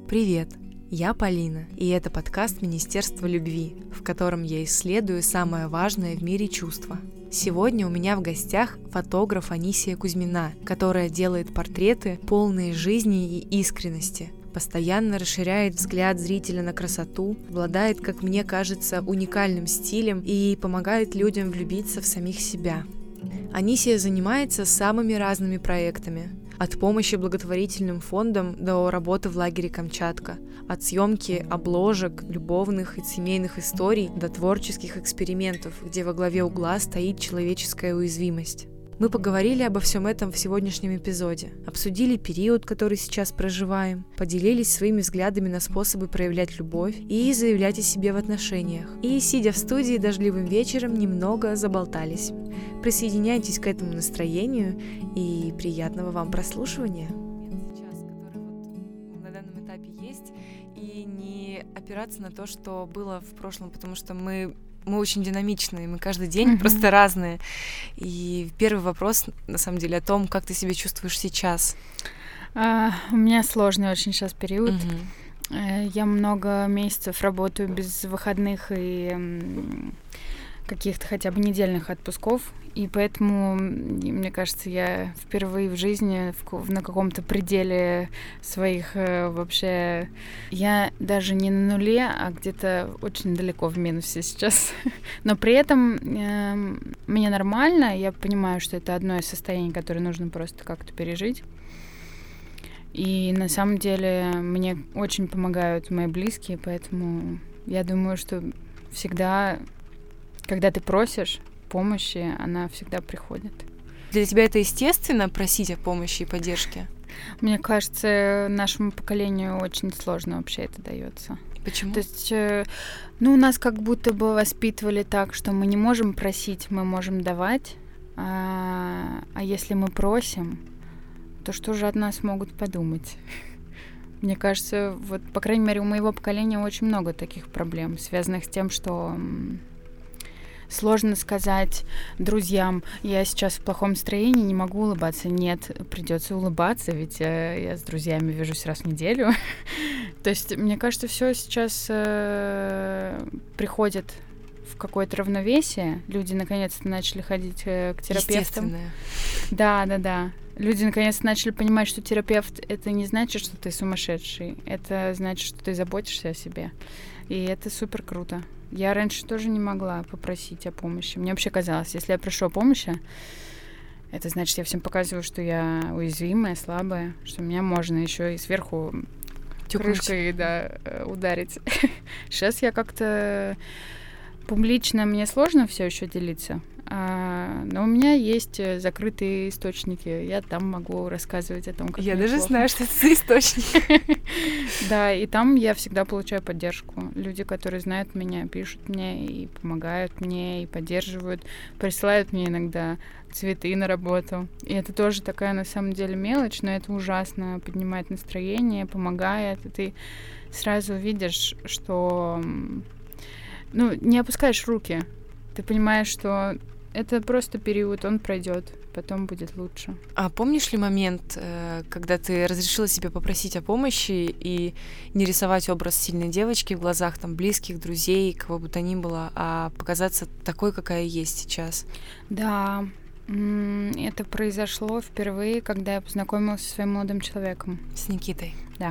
Привет! Я Полина, и это подкаст Министерства любви, в котором я исследую самое важное в мире чувства. Сегодня у меня в гостях фотограф Анисия Кузьмина, которая делает портреты, полные жизни и искренности, постоянно расширяет взгляд зрителя на красоту, обладает, как мне кажется, уникальным стилем и помогает людям влюбиться в самих себя. Анисия занимается самыми разными проектами. От помощи благотворительным фондам до работы в лагере Камчатка, от съемки обложек, любовных и семейных историй до творческих экспериментов, где во главе угла стоит человеческая уязвимость. Мы поговорили обо всем этом в сегодняшнем эпизоде, обсудили период, который сейчас проживаем, поделились своими взглядами на способы проявлять любовь и заявлять о себе в отношениях. И, сидя в студии дождливым вечером, немного заболтались. Присоединяйтесь к этому настроению и приятного вам прослушивания. Сейчас, который вот на данном этапе есть, и не опираться на то, что было в прошлом, потому что мы очень динамичные, мы каждый день просто разные. И первый вопрос, на самом деле, о том, как ты себя чувствуешь сейчас. У меня сложный очень сейчас период. Я много месяцев работаю без выходных и каких-то хотя бы недельных отпусков, и поэтому, мне кажется, я впервые в жизни на каком-то пределе своих вообще... Я даже не на нуле, а где-то очень далеко в минусе сейчас. Но при этом мне нормально, я понимаю, что это одно из состояний, которое нужно просто как-то пережить. И на самом деле мне очень помогают мои близкие, поэтому я думаю, что всегда... Когда ты просишь помощи, она всегда приходит. Для тебя это естественно, просить о помощи и поддержке? Мне кажется, нашему поколению очень сложно вообще это дается. Почему? То есть, у нас как будто бы воспитывали так, что мы не можем просить, мы можем давать. А если мы просим, то что же от нас могут подумать? Мне кажется, вот, по крайней мере, у моего поколения очень много таких проблем, связанных с тем, что... Сложно сказать друзьям, я сейчас в плохом настроении, не могу улыбаться. Нет, придется улыбаться, ведь я с друзьями вижусь раз в неделю. То есть, мне кажется, все сейчас приходит в какое-то равновесие. Люди наконец-то начали ходить к терапевтам. Да. Люди наконец-то начали понимать, что терапевт — это не значит, что ты сумасшедший. Это значит, что ты заботишься о себе. И это супер круто. Я раньше тоже не могла попросить о помощи. Мне вообще казалось, если я прошу о помощи, это значит, я всем показываю, что я уязвимая, слабая, что меня можно еще и сверху крышкой ударить. Сейчас я как-то публично, мне сложно все еще делиться. Но у меня есть закрытые источники. Я там могу рассказывать о том, как я мне даже плохо. знаю, что это за источники. Да, и там я всегда получаю поддержку. Люди, которые знают меня, пишут мне и помогают мне, и поддерживают, присылают мне иногда цветы на работу. И это тоже такая, на самом деле, мелочь, но это ужасно поднимает настроение, помогает. И ты сразу видишь, что... не опускаешь руки. Ты понимаешь, что это просто период, он пройдет, потом будет лучше. А помнишь ли момент, когда ты разрешила себе попросить о помощи и не рисовать образ сильной девочки в глазах там близких, друзей, кого бы то ни было, а показаться такой, какая есть сейчас? Да, это произошло впервые, когда я познакомилась со своим молодым человеком. С Никитой? Да.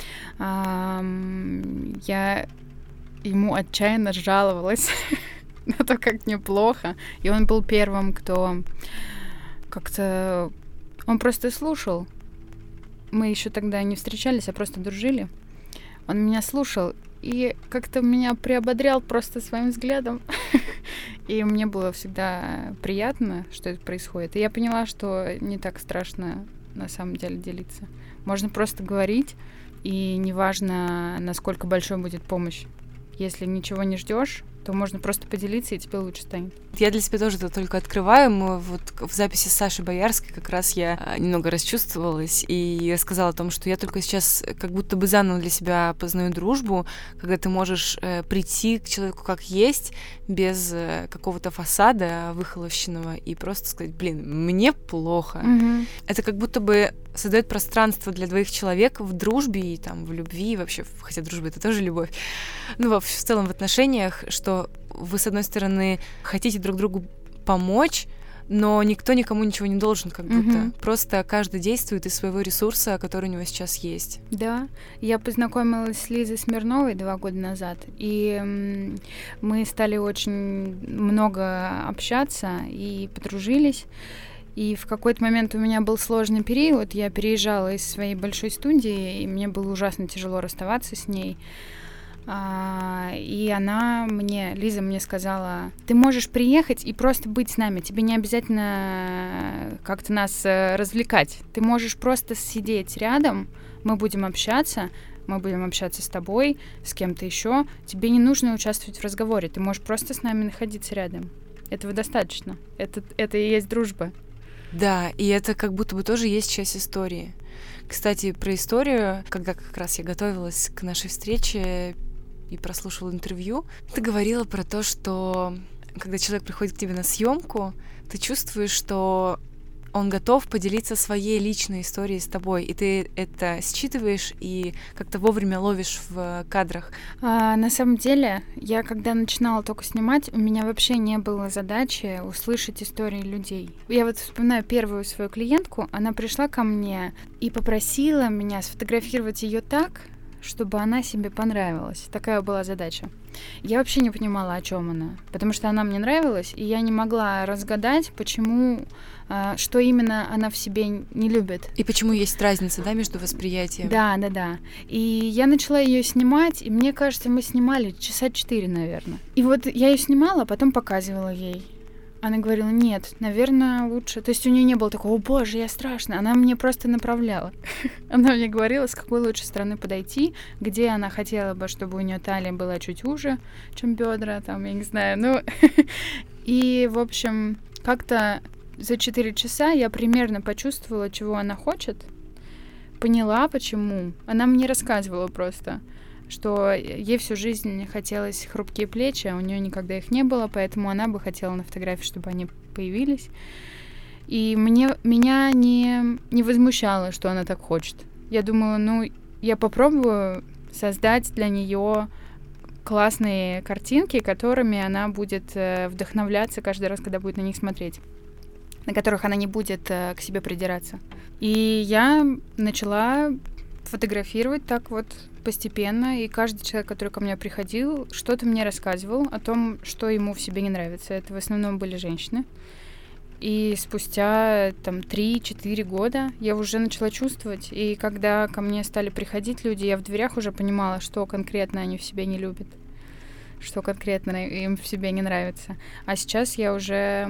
Я ему отчаянно жаловалась на то, как мне плохо. И он был первым, кто как-то... Он просто слушал. Мы еще тогда не встречались, а просто дружили. Он меня слушал и как-то меня приободрял просто своим взглядом. И мне было всегда приятно, что это происходит. И я поняла, что не так страшно на самом деле делиться. Можно просто говорить, и неважно, насколько большой будет помощь. Если ничего не ждешь, то можно просто поделиться, и тебе лучше станет. Я для себя тоже это только открываю. Мы вот в записи с Сашей Боярской как раз я немного расчувствовалась и рассказала о том, что я только сейчас как будто бы заново для себя познаю дружбу, когда ты можешь прийти к человеку как есть, без какого-то фасада выхолощенного, и просто сказать: блин, мне плохо. Mm-hmm. Это как будто бы создает пространство для двоих человек в дружбе и там в любви, вообще, хотя дружба — это тоже любовь, ну, в целом в отношениях, что вы, с одной стороны, хотите друг другу помочь, но никто никому ничего не должен, как будто. Просто каждый действует из своего ресурса, который у него сейчас есть. Да, я познакомилась с Лизой Смирновой 2 года назад, и мы стали очень много общаться и подружились. И в какой-то момент у меня был сложный период, я переезжала из своей большой студии, и мне было ужасно тяжело расставаться с ней. И Лиза мне сказала: ты можешь приехать и просто быть с нами, тебе не обязательно как-то нас развлекать, ты можешь просто сидеть рядом, мы будем общаться с тобой, с кем-то еще, тебе не нужно участвовать в разговоре, ты можешь просто с нами находиться рядом, этого достаточно, это и есть дружба. Да, и это как будто бы тоже есть часть истории. Кстати, про историю, когда как раз я готовилась к нашей встрече и прослушала интервью, ты говорила про то, что когда человек приходит к тебе на съемку, ты чувствуешь, что он готов поделиться своей личной историей с тобой, и ты это считываешь и как-то вовремя ловишь в кадрах. На самом деле, я когда начинала только снимать, у меня вообще не было задачи услышать истории людей. Я вот вспоминаю первую свою клиентку, она пришла ко мне и попросила меня сфотографировать ее так, чтобы она себе понравилась. Такая была задача. Я вообще не понимала, о чем она, потому что она мне нравилась, и я не могла разгадать, почему, что именно она в себе не любит. И почему есть разница, да, между восприятием? Да. И я начала ее снимать, и мне кажется, мы снимали часа 4, наверное. И вот я ее снимала, а потом показывала ей. Она говорила: нет, наверное, лучше. То есть у нее не было такого: о боже, я страшная. Она мне просто направляла. Она мне говорила, с какой лучшей стороны подойти, где она хотела бы, чтобы у нее талия была чуть уже, чем бедра, там, я не знаю. Ну, и, в общем, как-то за 4 часа я примерно почувствовала, чего она хочет, поняла, почему. Она мне рассказывала просто, что ей всю жизнь хотелось хрупкие плечи, а у нее никогда их не было, поэтому она бы хотела на фотографии, чтобы они появились. И меня не возмущало, что она так хочет. Я думала, я попробую создать для нее классные картинки, которыми она будет вдохновляться каждый раз, когда будет на них смотреть, на которых она не будет к себе придираться. И я начала фотографировать так вот постепенно, и каждый человек, который ко мне приходил, что-то мне рассказывал о том, что ему в себе не нравится. Это в основном были женщины. И спустя 3-4 года я уже начала чувствовать, и когда ко мне стали приходить люди, я в дверях уже понимала, что конкретно они в себе не любят, что конкретно им в себе не нравится. А сейчас я уже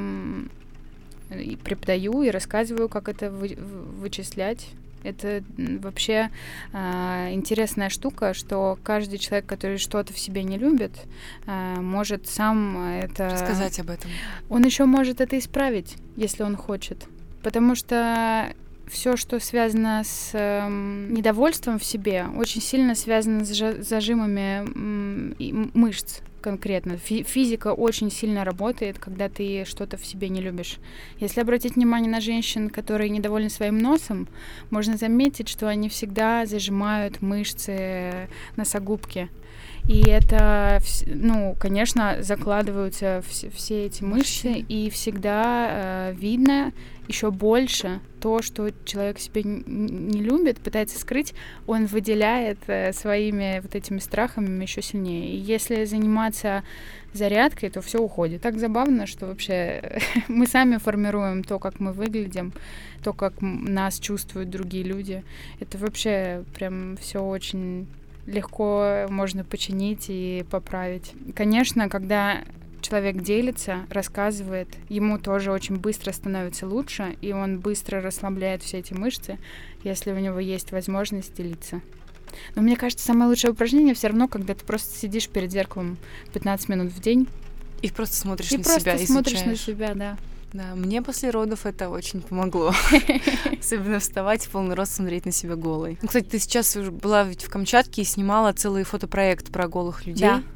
и преподаю, и рассказываю, как это вычислять. Это вообще интересная штука, что каждый человек, который что-то в себе не любит, может сам это... Рассказать об этом. Он еще может это исправить, если он хочет. Потому что все, что связано с недовольством в себе, очень сильно связано с зажимами мышц конкретно. Физика очень сильно работает, когда ты что-то в себе не любишь. Если обратить внимание на женщин, которые недовольны своим носом, можно заметить, что они всегда зажимают мышцы носогубки. И это, конечно, закладываются все эти мышцы, и всегда видно еще больше то, что человек себе не любит, пытается скрыть, он выделяет своими вот этими страхами еще сильнее. И если заниматься зарядкой, то все уходит. Так забавно, что вообще мы сами формируем то, как мы выглядим, то, как нас чувствуют другие люди. Это вообще прям все очень легко можно починить и поправить. Конечно, когда человек делится, рассказывает, ему тоже очень быстро становится лучше, и он быстро расслабляет все эти мышцы, если у него есть возможность делиться. Но мне кажется, самое лучшее упражнение все равно, когда ты просто сидишь перед зеркалом 15 минут в день. И просто смотришь на себя, изучаешь. И просто смотришь на себя, да. Да, мне после родов это очень помогло. Особенно вставать в полный рост, смотреть на себя голой. Кстати, ты сейчас была ведь в Камчатке и снимала целый фотопроект про голых людей. Да.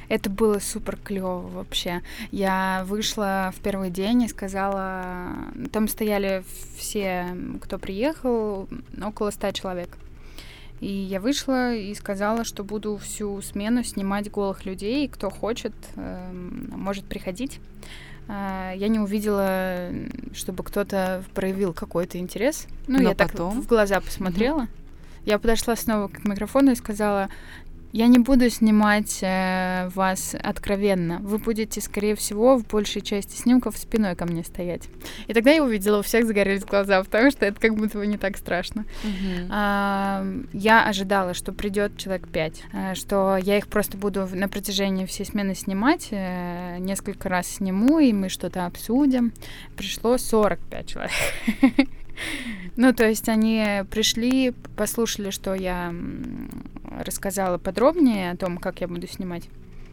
Это было супер клево вообще. Я вышла в первый день и сказала... Там стояли все, кто приехал, около 100 человек. И я вышла и сказала, что буду всю смену снимать голых людей. Кто хочет, может приходить. Я не увидела, чтобы кто-то проявил какой-то интерес. Но я потом... так в глаза посмотрела. Я подошла снова к микрофону и сказала... Я не буду снимать вас откровенно. Вы будете, скорее всего, в большей части снимков спиной ко мне стоять. И тогда я увидела, у всех загорелись глаза, потому что это как будто бы не так страшно. Я ожидала, что придет человек 5, что я их просто буду на протяжении всей смены снимать, несколько раз сниму, и мы что-то обсудим. Пришло 45 человек. Ну, то есть они пришли, послушали, что я рассказала подробнее о том, как я буду снимать,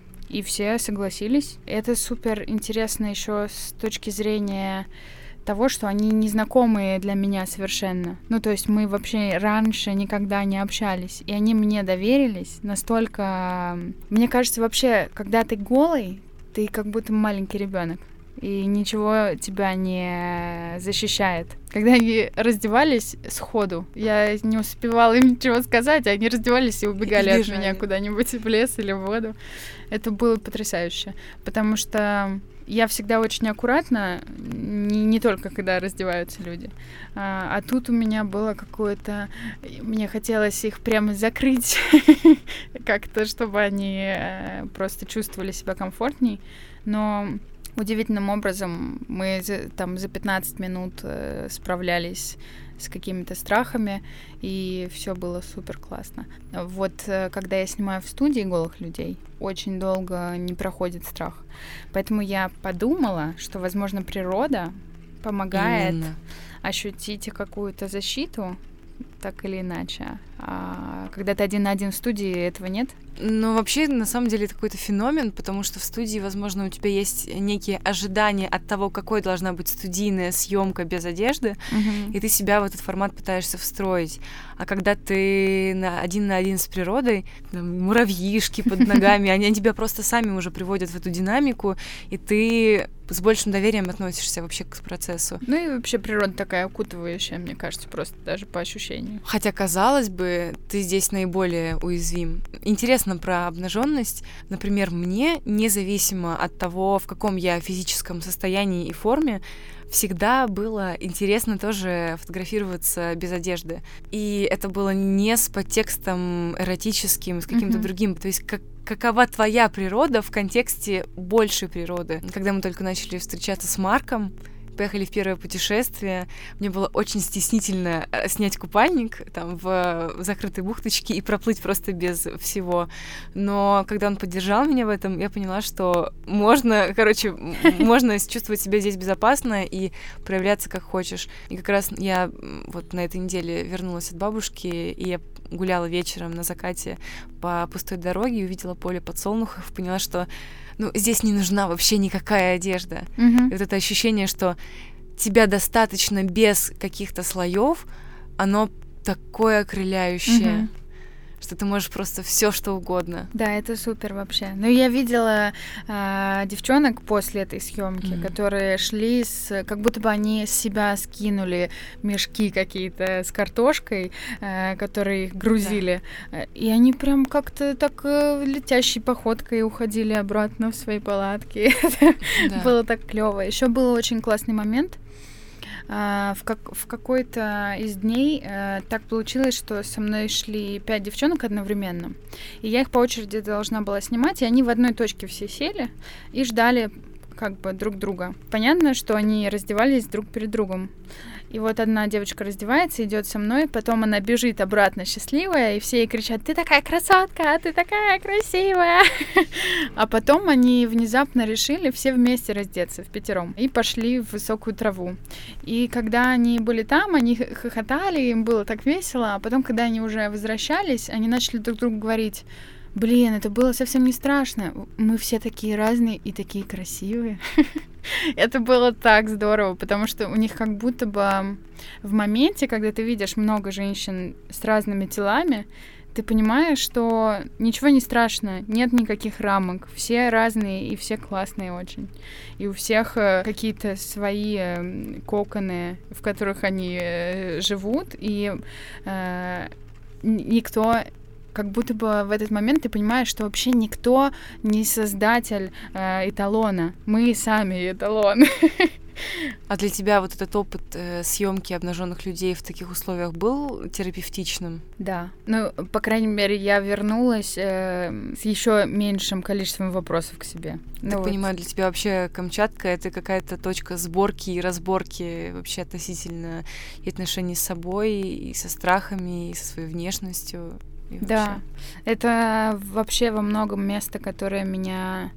и все согласились. Это супер интересно еще с точки зрения того, что они незнакомые для меня совершенно. Ну, то есть мы вообще раньше никогда не общались, и они мне доверились настолько... Мне кажется, вообще, когда ты голый, ты как будто маленький ребенок. И ничего тебя не защищает. Когда они раздевались сходу, я не успевала им ничего сказать, они раздевались и убегали от меня куда-нибудь в лес или в воду. Это было потрясающе, потому что я всегда очень аккуратна, не только когда раздеваются люди. А тут у меня было какое-то... Мне хотелось их прямо закрыть как-то, чтобы они просто чувствовали себя комфортней. Но... Удивительным образом мы там за 15 минут справлялись с какими-то страхами, и все было супер классно. Вот когда я снимаю в студии голых людей, очень долго не проходит страх. Поэтому я подумала, что, возможно, природа помогает ощутить какую-то защиту, так или иначе. А когда ты один на один в студии, этого нет? Ну, вообще, на самом деле, это какой-то феномен, потому что в студии, возможно, у тебя есть некие ожидания от того, какой должна быть студийная съемка без одежды, и ты себя в этот формат пытаешься встроить. А когда ты на один с природой, там, муравьишки под ногами, они тебя просто сами уже приводят в эту динамику, и ты с большим доверием относишься вообще к процессу. Ну и вообще природа такая окутывающая, мне кажется, просто даже по ощущению. Хотя, казалось бы, ты здесь наиболее уязвим. Интересно про обнаженность. Например, мне, независимо от того, в каком я физическом состоянии и форме, всегда было интересно тоже фотографироваться без одежды. И это было не с подтекстом эротическим, с каким-то другим. То есть какова твоя природа в контексте большей природы. Когда мы только начали встречаться с Марком, поехали в первое путешествие, мне было очень стеснительно снять купальник там в закрытой бухточке и проплыть просто без всего. Но когда он поддержал меня в этом, я поняла, что можно чувствовать себя здесь безопасно и проявляться как хочешь. И как раз я вот на этой неделе вернулась от бабушки, и я гуляла вечером на закате по пустой дороге и увидела поле подсолнухов, поняла, что здесь не нужна вообще никакая одежда. И вот это ощущение, что тебя достаточно без каких-то слоев, оно такое окрыляющее, что ты можешь просто все что угодно. Да, это супер вообще. Но я видела девчонок после этой съемки, которые шли как будто бы они с себя скинули мешки какие-то с картошкой, которые их грузили, и они прям как-то так летящей походкой уходили обратно в свои палатки. Было так клево. Еще был очень классный момент. В какой-то из дней так получилось, что со мной шли 5 девчонок одновременно, и я их по очереди должна была снимать, и они в одной точке все сели и ждали как бы друг друга. Понятно, что они раздевались друг перед другом. И вот одна девочка раздевается, идет со мной, потом она бежит обратно счастливая, и все ей кричат: «Ты такая красотка, ты такая красивая!» А потом они внезапно решили все вместе раздеться впятером и пошли в высокую траву. И когда они были там, они хохотали, им было так весело, а потом, когда они уже возвращались, они начали друг другу говорить: «Блин, это было совсем не страшно. Мы все такие разные и такие красивые». Это было так здорово, потому что у них как будто бы в моменте, когда ты видишь много женщин с разными телами, Ты понимаешь, что ничего не страшно, нет никаких рамок, все разные и все классные очень. И у всех какие-то свои коконы, в которых они живут, и никто... Как будто бы в этот момент ты понимаешь, что вообще никто не создатель эталона. Мы сами эталон. А для тебя вот этот опыт съемки обнаженных людей в таких условиях был терапевтичным? Да. Ну, по крайней мере, я вернулась с еще меньшим количеством вопросов к себе. Так понимаю, для тебя вообще Камчатка — это какая-то точка сборки и разборки вообще относительно и отношений с собой, и со страхами, и со своей внешностью. Да, это вообще во многом место, которое меня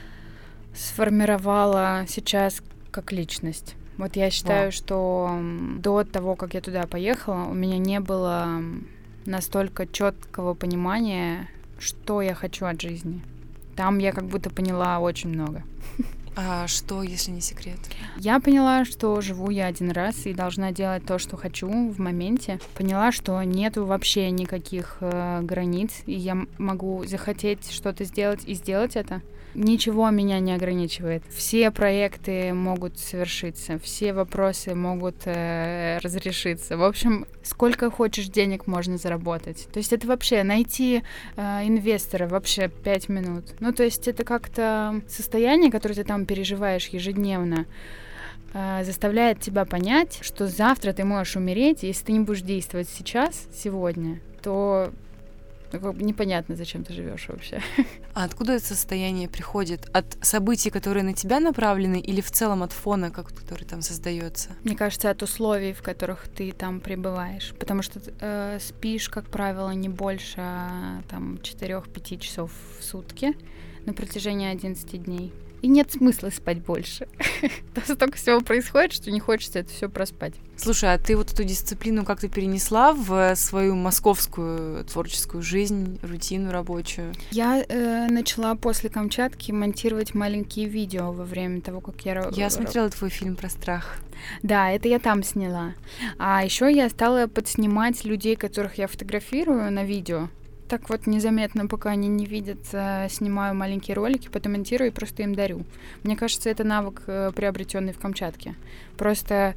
сформировало сейчас как личность. Вот я считаю, что до того, как я туда поехала, у меня не было настолько четкого понимания, что я хочу от жизни. Там я как будто поняла очень много. А что, если не секрет? Я поняла, что живу я один раз и должна делать то, что хочу в моменте. Поняла, что нету вообще никаких границ, и я могу захотеть что-то сделать и сделать это. Ничего меня не ограничивает. Все проекты могут совершиться, все вопросы могут разрешиться. В общем, сколько хочешь денег можно заработать. То есть это вообще найти инвестора вообще 5 минут. Ну, то есть это как-то состояние, которое ты там переживаешь ежедневно, заставляет тебя понять, что завтра ты можешь умереть, и если ты не будешь действовать сейчас, сегодня, то как бы непонятно, зачем ты живешь вообще. А откуда это состояние приходит? От событий, которые на тебя направлены, или в целом от фона, который там создается? Мне кажется, от условий, в которых ты там пребываешь. Потому что спишь, как правило, не больше там 4-5 часов в сутки на протяжении 11 дней. И нет смысла спать больше. Столько всего происходит, что не хочется это все проспать. Слушай, а ты вот эту дисциплину как-то перенесла в свою московскую творческую жизнь, рутину рабочую? Я начала после Камчатки монтировать маленькие видео во время того, как Я смотрела твой фильм про страх. Да, это я там сняла. А еще я стала подснимать людей, которых я фотографирую на видео. Так вот незаметно, пока они не видят, снимаю маленькие ролики, потом монтирую и просто им дарю. Мне кажется, это навык, приобретенный в Камчатке. Просто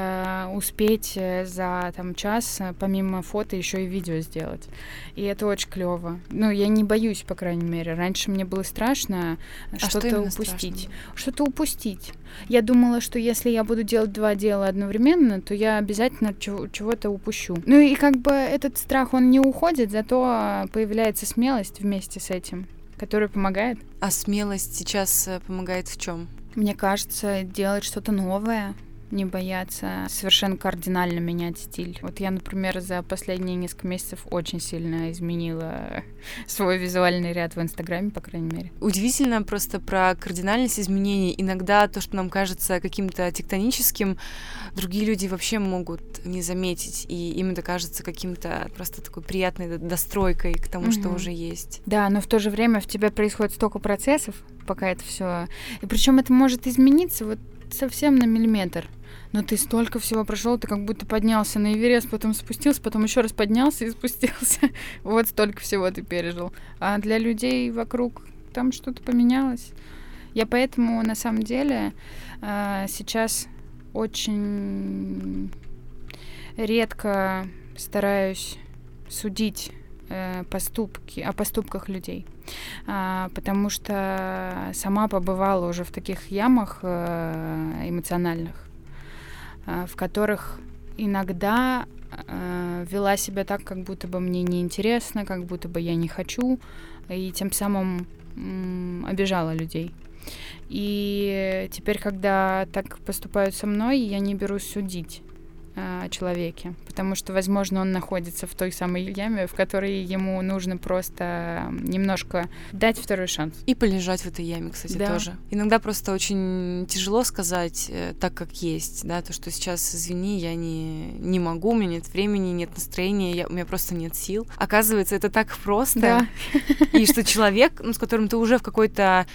успеть за там час, помимо фото, еще и видео сделать. И это очень клево. Ну, я не боюсь, по крайней мере. Раньше мне было страшно что-то упустить. Что-то упустить. Я думала, что если я буду делать 2 дела одновременно, то я обязательно чего-то упущу. Ну и как бы этот страх, он не уходит, зато появляется смелость вместе с этим, которая помогает. А смелость сейчас помогает в чем? Мне кажется, делать что-то новое, не бояться совершенно кардинально менять стиль. Вот я, например, за последние несколько месяцев очень сильно изменила свой визуальный ряд в Инстаграме, по крайней мере. Удивительно просто про кардинальность изменений. Иногда то, что нам кажется каким-то тектоническим, другие люди вообще могут не заметить, и им это кажется каким-то просто такой приятной достройкой к тому, что уже есть. Да, но в то же время в тебе происходит столько процессов, пока это все. И причем это может измениться вот совсем на миллиметр. Но ты столько всего прошел, ты как будто поднялся на Эверест, потом спустился, потом еще раз поднялся и спустился. Вот столько всего ты пережил. А для людей вокруг там что-то поменялось. Я поэтому, на самом деле, сейчас очень редко стараюсь судить о поступках людей. Потому что сама побывала уже в таких ямах эмоциональных, в которых иногда вела себя так, как будто бы мне неинтересно, как будто бы я не хочу, и тем самым обижала людей. И теперь, когда так поступают со мной, я не берусь судить о человеке, потому что, возможно, он находится в той самой яме, в которой ему нужно просто немножко дать второй шанс. И полежать в этой яме, кстати, тоже. Иногда просто очень тяжело сказать так, как есть, да, то, что сейчас, извини, я не могу, у меня нет времени, нет настроения, у меня просто нет сил. Оказывается, это так просто, и что человек, с которым ты уже в какой-то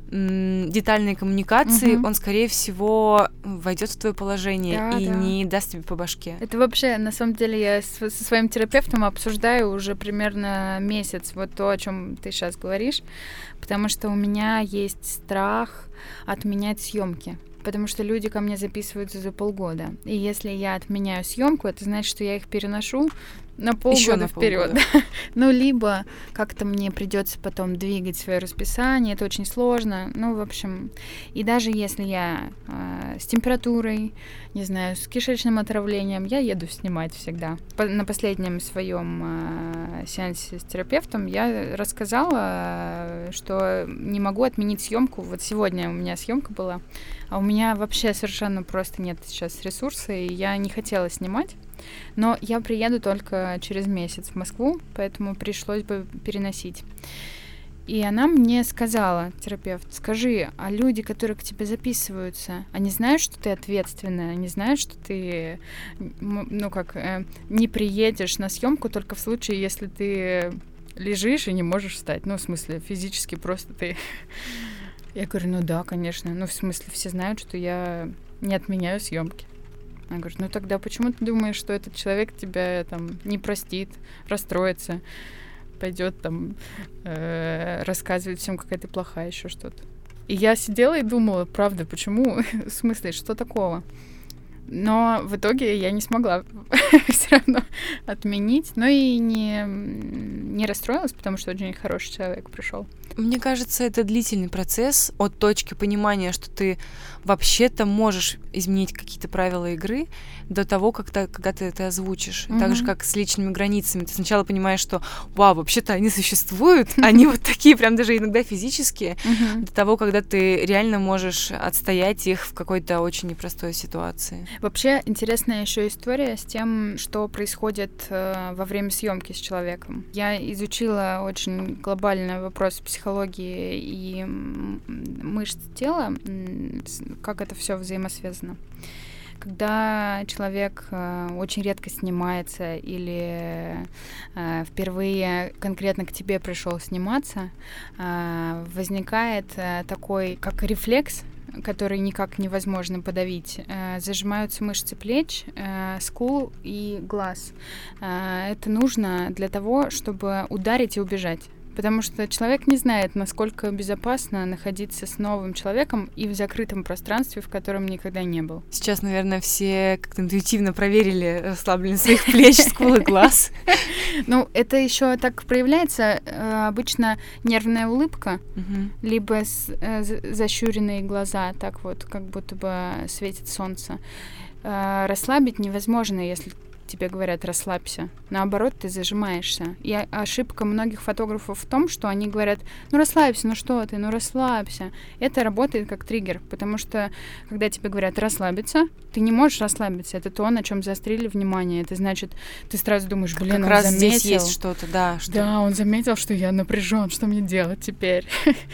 детальной коммуникации, он, скорее всего, войдет в твое положение и не даст тебе по башке. Это вообще, на самом деле, я со своим терапевтом обсуждаю уже примерно месяц вот то, о чем ты сейчас говоришь, потому что у меня есть страх отменять съемки. Потому что люди ко мне записываются за полгода. И если я отменяю съемку, это значит, что я их переношу на полгода вперед. Ну, либо как-то мне придется потом двигать свое расписание, это очень сложно. Ну, в общем, и даже если я с температурой, не знаю, с кишечным отравлением, я еду снимать всегда. На последнем своем сеансе с терапевтом я рассказала, что не могу отменить съемку. Вот сегодня у меня съемка была, а у меня вообще совершенно просто нет сейчас ресурса, и я не хотела снимать. Но я приеду только через месяц в Москву, поэтому пришлось бы переносить. И она мне сказала, терапевт, скажи, а люди, которые к тебе записываются, они знают, что ты ответственная, они знают, что ты, не приедешь на съемку только в случае, если ты лежишь и не можешь встать. Ну, в смысле, физически просто ты... Я говорю, ну да, конечно. Ну, в смысле, все знают, что я не отменяю съемки. Она говорит, ну тогда почему ты думаешь, что этот человек тебя там не простит, расстроится, пойдет там рассказывать всем, какая ты плохая, еще что-то. И я сидела и думала, правда, почему? В смысле, что такого? Но в итоге я не смогла все равно отменить, но и не расстроилась, потому что очень хороший человек пришел. Мне кажется, это длительный процесс от точки понимания, что ты вообще-то можешь изменить какие-то правила игры, до того, когда ты это озвучишь. Так же, как с личными границами. Ты сначала понимаешь, что, вау, вообще-то они существуют, они вот такие прям даже иногда физические, до того, когда ты реально можешь отстоять их в какой-то очень непростой ситуации. Вообще, интересная еще история с тем, что происходит во время съемки с человеком. Я изучила очень глобальный вопрос психологии и мышц тела, как это все взаимосвязано. Когда человек очень редко снимается или впервые конкретно к тебе пришел сниматься, возникает такой, как рефлекс, который никак невозможно подавить. Зажимаются мышцы плеч, скул и глаз. Это нужно для того, чтобы ударить и убежать. Потому что человек не знает, насколько безопасно находиться с новым человеком и в закрытом пространстве, в котором никогда не был. Сейчас, наверное, все как-то интуитивно проверили расслабленность своих плеч, скул и глаз. Ну, это еще так проявляется. Обычно нервная улыбка, либо защуренные глаза, так вот, как будто бы светит солнце. Расслабить невозможно, если тебе говорят «расслабься». Наоборот, ты зажимаешься. И ошибка многих фотографов в том, что они говорят «ну расслабься, ну что ты, ну расслабься». Это работает как триггер, потому что, когда тебе говорят «расслабиться», ты не можешь расслабиться. Это то, на чем заострили внимание. Это значит, ты сразу думаешь, блин, как он раз заметил. Здесь есть что-то, да. Да, он заметил, что я напряжен, что мне делать теперь?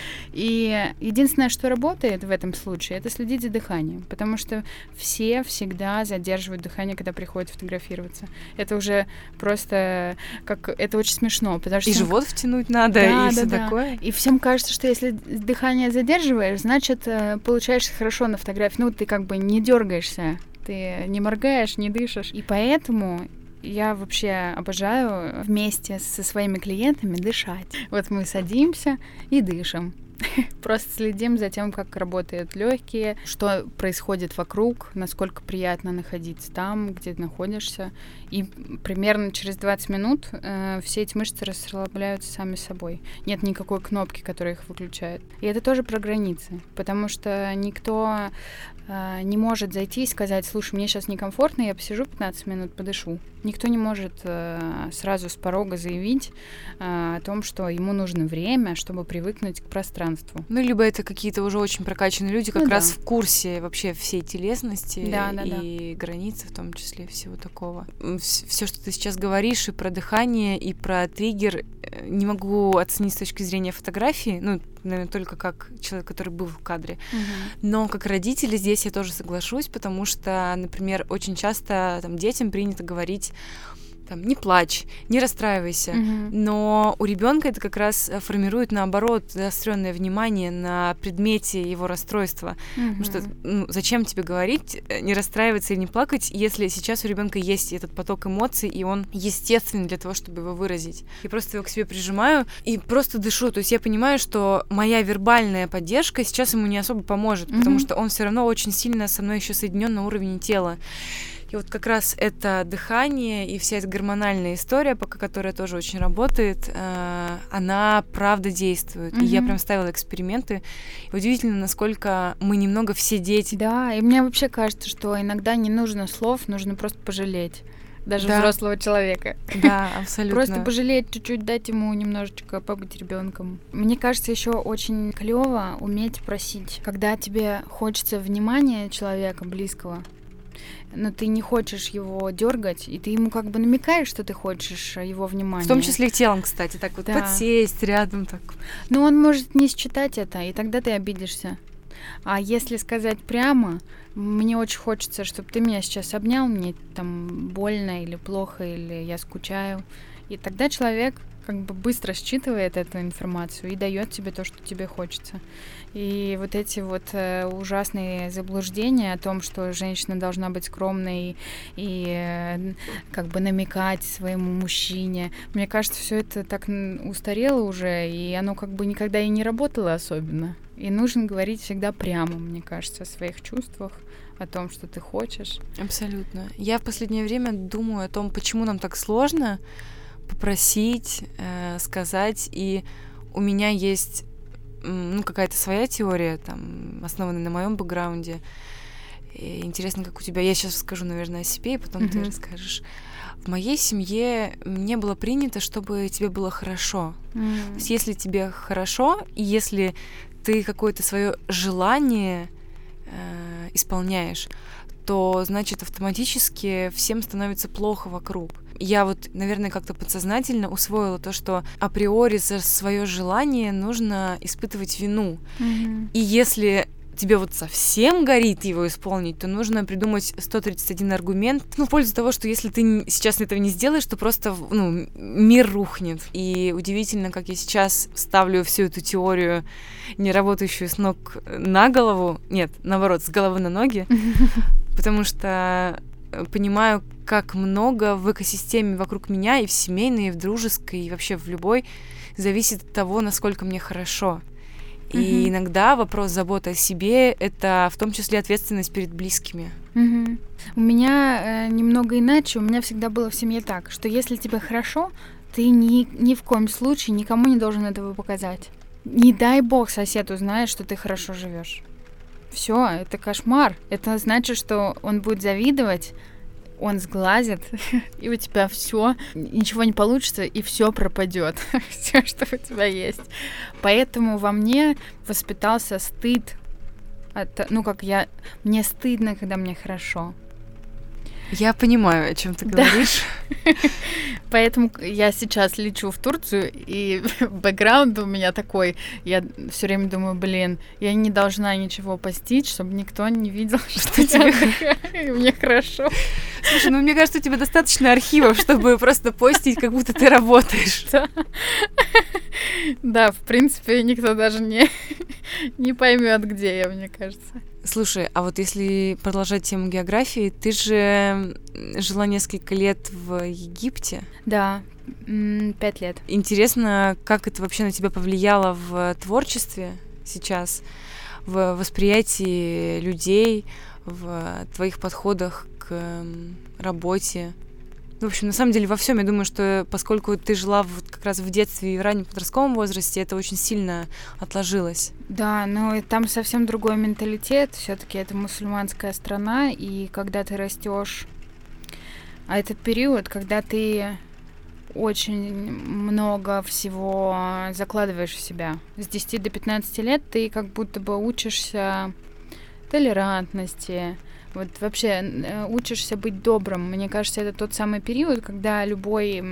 И единственное, что работает в этом случае, это следить за дыханием, потому что все всегда задерживают дыхание, когда приходят фотографироваться. Это уже просто как... Это очень смешно, потому что... И живот втянуть надо, да, и все да. такое. И всем кажется, что если дыхание задерживаешь, значит, получаешься хорошо на фотографии. Ну, ты как бы не дергаешься, ты не моргаешь, не дышишь. И поэтому я вообще обожаю вместе со своими клиентами дышать. Вот мы садимся и дышим. Просто следим за тем, как работают легкие, что происходит вокруг, насколько приятно находиться там, где ты находишься. И примерно через 20 минут все эти мышцы расслабляются сами собой. Нет никакой кнопки, которая их выключает. И это тоже про границы, потому что никто не может зайти и сказать: слушай, мне сейчас некомфортно, я посижу 15 минут, подышу. Никто не может сразу с порога заявить о том, что ему нужно время, чтобы привыкнуть к пространству. Ну, либо это какие-то уже очень прокачанные люди, как раз в курсе вообще всей телесности и границы, в том числе, всего такого. Все, что ты сейчас говоришь, и про дыхание, и про триггер, не могу оценить с точки зрения фотографии, ну, наверное, только как человек, который был в кадре. Но как родители здесь я тоже соглашусь, потому что, например, очень часто там детям принято говорить там, не плачь, не расстраивайся. Но у ребенка это как раз формирует, наоборот, заостренное внимание на предмете его расстройства. Потому что зачем тебе говорить, не расстраиваться и не плакать, если сейчас у ребенка есть этот поток эмоций, и он естественный для того, чтобы его выразить. Я просто его к себе прижимаю и просто дышу. То есть я понимаю, что моя вербальная поддержка сейчас ему не особо поможет, потому что он все равно очень сильно со мной еще соединен на уровне тела. И вот как раз это дыхание и вся эта гормональная история, пока которая тоже очень работает, она правда действует. И я прям ставила эксперименты. И удивительно, насколько мы немного все дети. Да, и мне вообще кажется, что иногда не нужно слов, нужно просто пожалеть. Даже взрослого человека. Да, абсолютно. Просто пожалеть чуть-чуть, дать ему немножечко побыть ребенком. Мне кажется, еще очень клево уметь просить, когда тебе хочется внимания человека близкого, но ты не хочешь его дергать, и ты ему как бы намекаешь, что ты хочешь его внимания. В том числе и телом, кстати, так вот подсесть рядом. Так. Но он может не считать это, и тогда ты обидишься. А если сказать прямо, мне очень хочется, чтобы ты меня сейчас обнял, мне там больно или плохо, или я скучаю. И тогда человек как бы быстро считывает эту информацию и дает тебе то, что тебе хочется. И вот эти вот ужасные заблуждения о том, что женщина должна быть скромной и как бы намекать своему мужчине, мне кажется, все это так устарело уже, и оно как бы никогда и не работало особенно. И нужно говорить всегда прямо, мне кажется, о своих чувствах, о том, что ты хочешь. Абсолютно. Я в последнее время думаю о том, почему нам так сложно попросить, сказать, и у меня есть какая-то своя теория, там, основанная на моем бэкграунде. И интересно, как у тебя. Я сейчас скажу, наверное, о себе, и потом ты расскажешь. В моей семье не было принято, чтобы тебе было хорошо. То есть, если тебе хорошо, и если ты какое-то свое желание исполняешь, то, значит, автоматически всем становится плохо вокруг. Я вот, наверное, как-то подсознательно усвоила то, что априори за свое желание нужно испытывать вину. И если тебе вот совсем горит его исполнить, то нужно придумать 131 аргумент в пользу того, что если ты сейчас этого не сделаешь, то просто мир рухнет. И удивительно, как я сейчас ставлю всю эту теорию, не работающую с ног на голову, нет, наоборот, с головы на ноги, потому что понимаю, как много в экосистеме вокруг меня, и в семейной, и в дружеской, и вообще в любой, зависит от того, насколько мне хорошо. И иногда вопрос заботы о себе — это в том числе ответственность перед близкими. У меня немного иначе. У меня всегда было в семье так, что если тебе хорошо, ты ни в коем случае никому не должен этого показать. Не дай бог сосед узнает, что ты хорошо живешь. Все, это кошмар. Это значит, что он будет завидовать, он сглазит, и у тебя все, ничего не получится, и все пропадет, все, что у тебя есть. Поэтому во мне воспитался стыд. Мне стыдно, когда мне хорошо. Я понимаю, о чем ты говоришь. Поэтому я сейчас лечу в Турцию, и бэкграунд у меня такой. Я все время думаю, я не должна ничего постить, чтобы никто не видел, что мне хорошо. Слушай, мне кажется, у тебя достаточно архивов, чтобы просто постить, как будто ты работаешь. Да, в принципе, никто даже не поймет, где я, мне кажется. Слушай, а вот если продолжать тему географии, ты же жила несколько лет в Египте. Да, 5 лет. Интересно, как это вообще на тебя повлияло в творчестве сейчас, в восприятии людей, в твоих подходах к работе? В общем, на самом деле во всем, я думаю, что поскольку ты жила как раз в детстве и в раннем подростковом возрасте, это очень сильно отложилось. Да, но там совсем другой менталитет, все-таки это мусульманская страна, и когда ты растешь, а этот период, когда ты очень много всего закладываешь в себя. С 10 до 15 лет ты как будто бы учишься толерантности, вот вообще учишься быть добрым. Мне кажется, это тот самый период, когда любой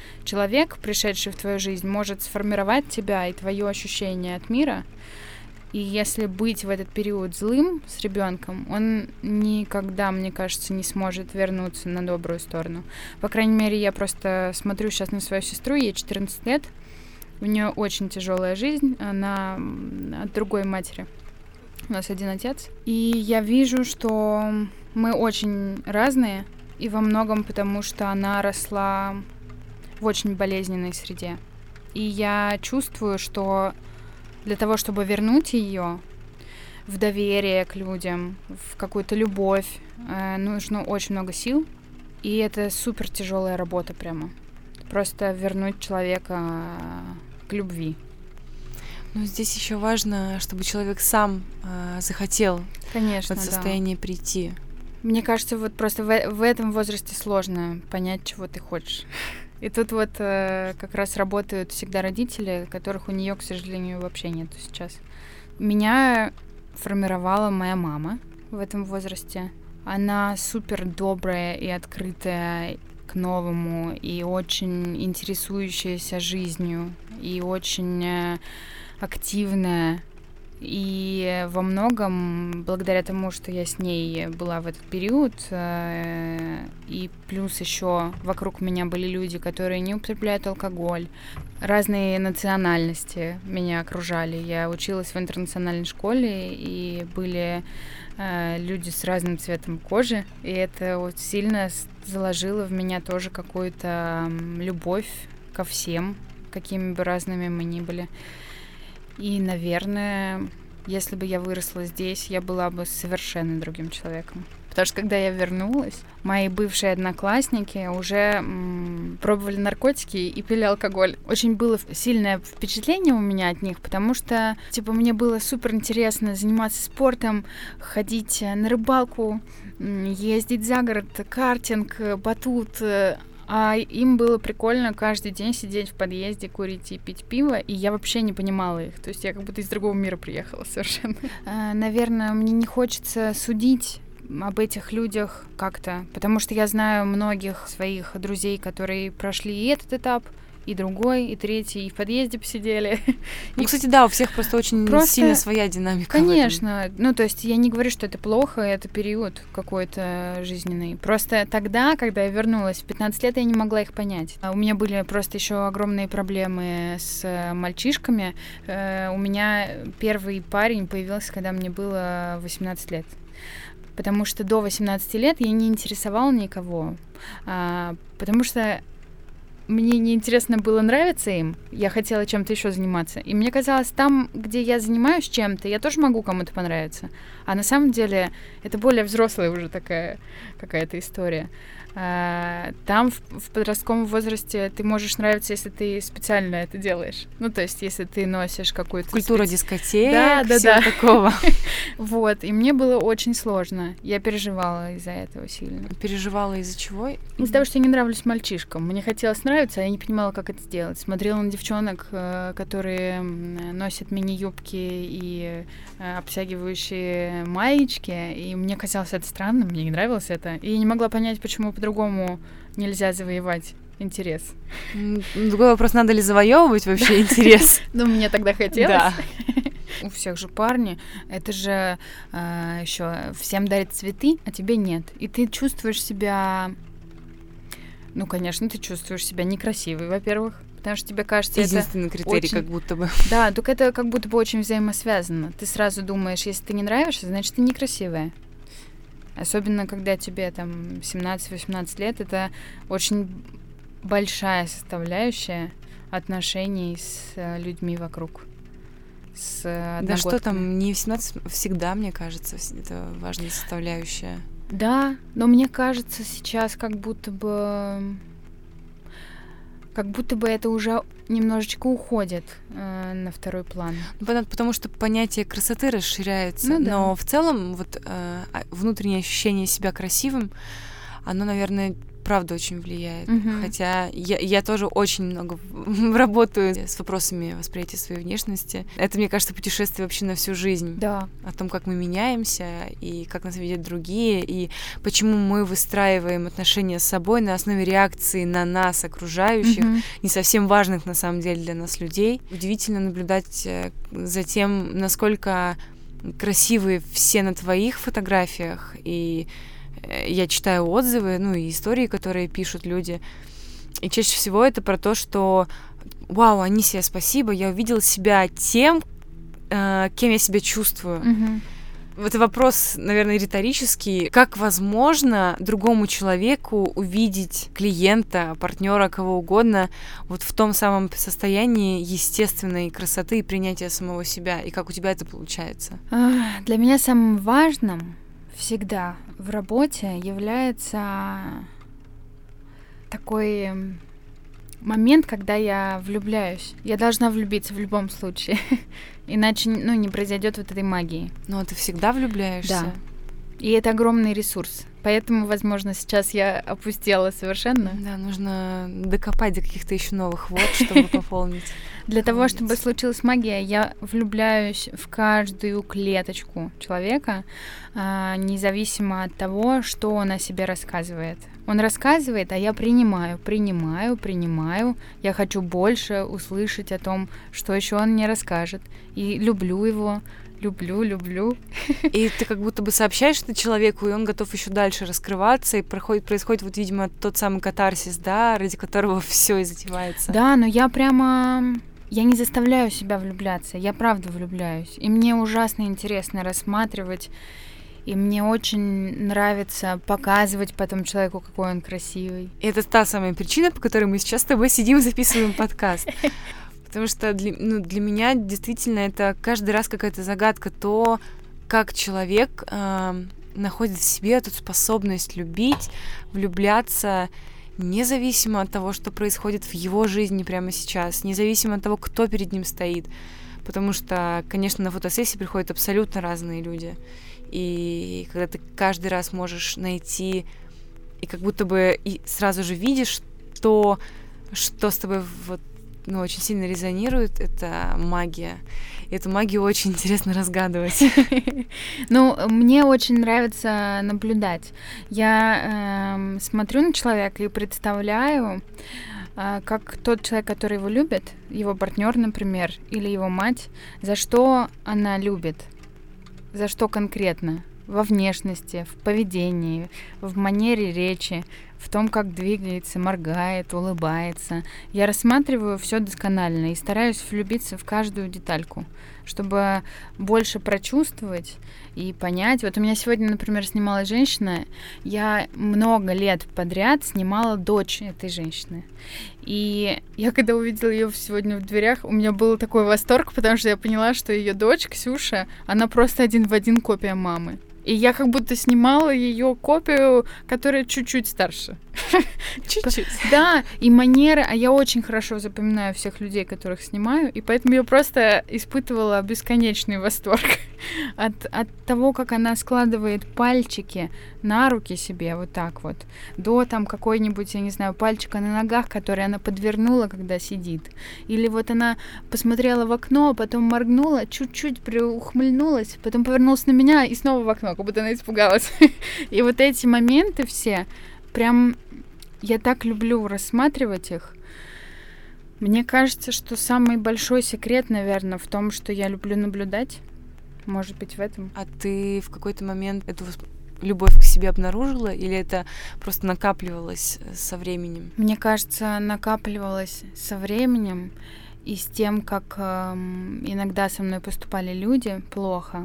человек, пришедший в твою жизнь, может сформировать тебя и твое ощущение от мира. И если быть в этот период злым с ребенком, он никогда, мне кажется, не сможет вернуться на добрую сторону. По крайней мере, я просто смотрю сейчас на свою сестру, ей 14 лет, у нее очень тяжелая жизнь, она от другой матери. У нас один отец. И я вижу, что мы очень разные, и во многом потому, что она росла в очень болезненной среде. И я чувствую, что для того, чтобы вернуть ее в доверие к людям, в какую-то любовь, нужно очень много сил. И это супер тяжелая работа прямо. Просто вернуть человека к любви. Ну, здесь еще важно, чтобы человек сам захотел, конечно, в это состояние прийти. Мне кажется, вот просто в этом возрасте сложно понять, чего ты хочешь. И тут вот как раз работают всегда родители, которых у нее, к сожалению, вообще нету сейчас. Меня формировала моя мама в этом возрасте. Она супер добрая и открытая к новому, и очень интересующаяся жизнью, и очень активная. И во многом, благодаря тому, что я с ней была в этот период, и плюс еще вокруг меня были люди, которые не употребляют алкоголь, разные национальности меня окружали. Я училась в интернациональной школе, и были люди с разным цветом кожи, и это вот сильно заложило в меня тоже какую-то любовь ко всем, какими бы разными мы ни были. И, наверное, если бы я выросла здесь, я была бы совершенно другим человеком. Потому что, когда я вернулась, мои бывшие одноклассники уже пробовали наркотики и пили алкоголь. Очень было сильное впечатление у меня от них, потому что, мне было супер интересно заниматься спортом, ходить на рыбалку, ездить за город, картинг, батут. А им было прикольно каждый день сидеть в подъезде, курить и пить пиво, и я вообще не понимала их. То есть я как будто из другого мира приехала совершенно. Наверное, мне не хочется судить об этих людях как-то, потому что я знаю многих своих друзей, которые прошли и этот этап, и другой, и третий, и в подъезде посидели. Ну, кстати, да, у всех просто очень сильно своя динамика. Конечно. Ну, то есть я не говорю, что это плохо, это период какой-то жизненный. Просто тогда, когда я вернулась в 15 лет, я не могла их понять. У меня были просто еще огромные проблемы с мальчишками. У меня первый парень появился, когда мне было 18 лет. Потому что до 18 лет я не интересовала никого. Потому что мне неинтересно было нравиться им, я хотела чем-то еще заниматься. И мне казалось, там, где я занимаюсь чем-то, я тоже могу кому-то понравиться. А на самом деле это более взрослая уже такая какая-то история. Там в подростковом возрасте ты можешь нравиться, если ты специально это делаешь. Ну, то есть, если ты носишь какую-то... Культура дискотек, всего такого. Вот, и мне было очень сложно. Я переживала из-за этого сильно. Переживала из-за чего? Из-за того, что я не нравлюсь мальчишкам. Мне хотелось нравиться, а я не понимала, как это сделать. Смотрела на девчонок, которые носят мини-юбки и обтягивающие маечки, и мне казалось это странным, мне не нравилось это. И я не могла понять, почему по-другому нельзя завоевать интерес. Другой вопрос, надо ли завоевывать вообще интерес? Ну, мне тогда хотелось. У всех же парни, это же еще всем дарят цветы, а тебе нет. И ты чувствуешь себя... Ну, конечно, ты чувствуешь себя некрасивой, во-первых, потому что тебе кажется, единственный это критерий, очень... как будто бы. Да, только это как будто бы очень взаимосвязано. Ты сразу думаешь, если ты не нравишься, значит, ты некрасивая. Особенно, когда тебе там 17-18 лет, это очень большая составляющая отношений с людьми вокруг. С одногодками. Да что там, не в 17, всегда, мне кажется, это важная составляющая. Да, но мне кажется, сейчас как будто бы это уже немножечко уходит на второй план. Потому что понятие красоты расширяется, ну, да. Но в целом вот внутреннее ощущение себя красивым, оно, наверное, правда очень влияет. Хотя я тоже очень много работаю с вопросами восприятия своей внешности. Это, мне кажется, путешествие вообще на всю жизнь. Да. О том, как мы меняемся, и как нас видят другие, и почему мы выстраиваем отношения с собой на основе реакции на нас, окружающих, не совсем важных, на самом деле, для нас людей. Удивительно наблюдать за тем, насколько красивые все на твоих фотографиях, и я читаю отзывы, и истории, которые пишут люди. И чаще всего это про то, что «Вау, Анисия, спасибо, я увидела себя тем, кем я себя чувствую». Это вопрос, наверное, риторический. Как возможно другому человеку увидеть клиента, партнера, кого угодно вот в том самом состоянии естественной красоты и принятия самого себя? И как у тебя это получается? Для меня самым важным всегда в работе является такой момент, когда я влюбляюсь. Я должна влюбиться в любом случае, иначе не произойдет вот этой магии. Но ты всегда влюбляешься? Да. И это огромный ресурс. Поэтому, возможно, сейчас я опустела совершенно. Да, нужно докопать до каких-то еще новых вод, чтобы пополнить. Для того, чтобы случилась магия, я влюбляюсь в каждую клеточку человека, независимо от того, что он о себе рассказывает. Он рассказывает, а я принимаю. Я хочу больше услышать о том, что еще он мне расскажет. И люблю его. Люблю. И ты как будто бы сообщаешь это человеку, и он готов еще дальше раскрываться, и происходит вот, видимо, тот самый катарсис, да, ради которого все и затевается. Да, но я не заставляю себя влюбляться, я правда влюбляюсь. И мне ужасно интересно рассматривать, и мне очень нравится показывать потом человеку, какой он красивый. И это та самая причина, по которой мы сейчас с тобой сидим и записываем подкаст. Потому что для меня действительно это каждый раз какая-то загадка, то, как человек находит в себе эту способность любить, влюбляться, независимо от того, что происходит в его жизни прямо сейчас, независимо от того, кто перед ним стоит. Потому что, конечно, на фотосессии приходят абсолютно разные люди. И когда ты каждый раз можешь найти и как будто бы и сразу же видишь то, что с тобой очень сильно резонирует, это магия. И эту магию очень интересно разгадывать. Мне очень нравится наблюдать. Я смотрю на человека и представляю, как тот человек, который его любит, его партнер, например, или его мать, за что она любит, за что конкретно. Во внешности, в поведении, в манере речи, в том, как двигается, моргает, улыбается. Я рассматриваю все досконально и стараюсь влюбиться в каждую детальку, чтобы больше прочувствовать и понять. Вот у меня сегодня, например, снималась женщина, я много лет подряд снимала дочь этой женщины. И я когда увидела ее сегодня в дверях, у меня был такой восторг, потому что я поняла, что ее дочь, Ксюша, она просто один в один копия мамы. И я как будто снимала ее копию, которая чуть-чуть старше. Чуть-чуть. Да, и манеры, а я очень хорошо запоминаю всех людей, которых снимаю, и поэтому я просто испытывала бесконечный восторг от того, как она складывает пальчики на руки себе вот так вот, до там какой-нибудь, я не знаю, пальчика на ногах, который она подвернула, когда сидит. Или вот она посмотрела в окно, потом моргнула, чуть-чуть приухмыльнулась, потом повернулась на меня и снова в окно, как будто она испугалась. И вот эти моменты все, прям я так люблю рассматривать их. Мне кажется, что самый большой секрет, наверное, в том, что я люблю наблюдать. Может быть, в этом. А ты в какой-то момент эту любовь к себе обнаружила, или это просто накапливалось со временем? Мне кажется, накапливалось со временем и с тем, как иногда со мной поступали люди плохо.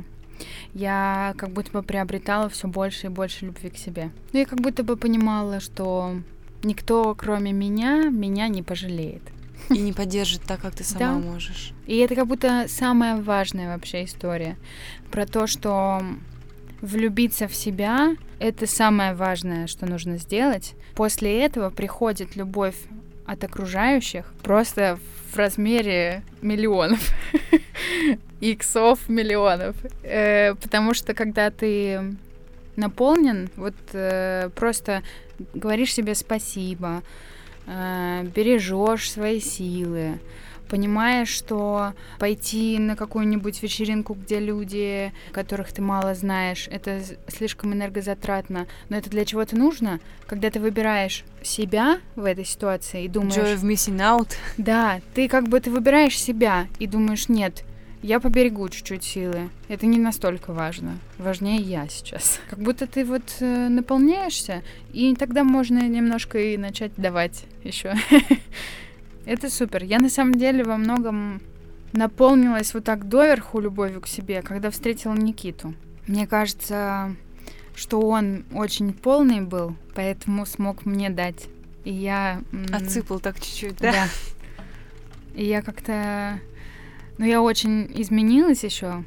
Я как будто бы приобретала все больше и больше любви к себе. Я как будто бы понимала, что никто, кроме меня не пожалеет. И не поддержит так, как ты сама можешь. И это как будто самая важная вообще история. Про то, что влюбиться в себя — это самое важное, что нужно сделать. После этого приходит любовь от окружающих просто в размере миллионов. Иксов миллионов. Потому что когда ты наполнен, вот просто говоришь себе спасибо, бережешь свои силы, понимаешь, что пойти на какую-нибудь вечеринку, где люди, которых ты мало знаешь, это слишком энергозатратно, но это для чего-то нужно, когда ты выбираешь себя в этой ситуации и думаешь... Joy of missing out. Да, ты выбираешь себя и думаешь, нет, я поберегу чуть-чуть силы. Это не настолько важно. Важнее я сейчас. Как будто ты вот наполняешься, и тогда можно немножко и начать давать еще. Это супер. Я на самом деле во многом наполнилась вот так доверху любовью к себе, когда встретила Никиту. Мне кажется, что он очень полный был, поэтому смог мне дать. И я... Отсыпал так чуть-чуть, да? Да. И я как-то... я очень изменилась еще.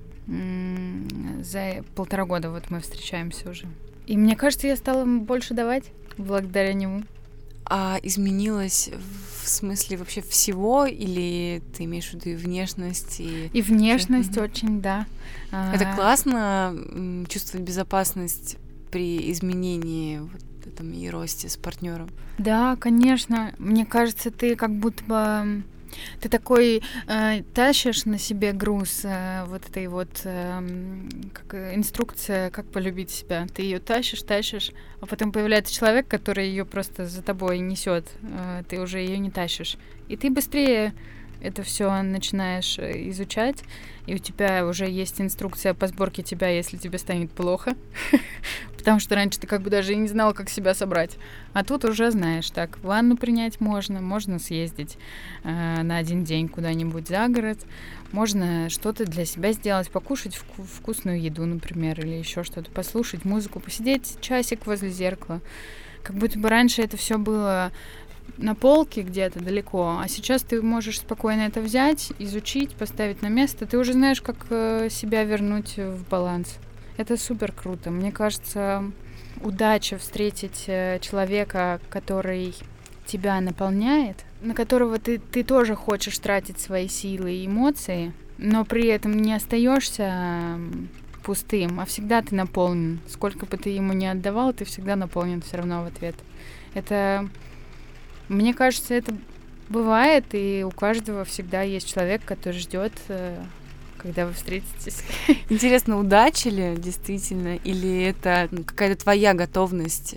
За 1,5 года вот мы встречаемся уже. И мне кажется, я стала больше давать благодаря нему. А изменилась в смысле вообще всего, или ты имеешь в виду и внешность? И внешность очень, да. Это классно, чувствовать безопасность при изменении вот этом и росте с партнером. Да, конечно. Мне кажется, ты как будто бы... Ты такой тащишь на себе груз вот этой вот как инструкция, как полюбить себя. Ты ее тащишь, а потом появляется человек, который ее просто за тобой несет. Ты уже ее не тащишь. И ты быстрее это все начинаешь изучать, и у тебя уже есть инструкция по сборке тебя, если тебе станет плохо. Потому что раньше ты как бы даже и не знала, как себя собрать. А тут уже знаешь, так, ванну принять можно съездить на 1 день куда-нибудь за город, можно что-то для себя сделать, покушать вкусную еду, например, или еще что-то, послушать музыку, посидеть часик возле зеркала. Как будто бы раньше это все было на полке где-то далеко, а сейчас ты можешь спокойно это взять, изучить, поставить на место. Ты уже знаешь, как себя вернуть в баланс. Это супер круто. Мне кажется, удача встретить человека, который тебя наполняет, на которого ты тоже хочешь тратить свои силы и эмоции, но при этом не остаешься пустым, а всегда ты наполнен. Сколько бы ты ему ни отдавал, ты всегда наполнен все равно в ответ. Это... Мне кажется, это бывает, и у каждого всегда есть человек, который ждет, когда вы встретитесь. Интересно, удача ли действительно, или это какая-то твоя готовность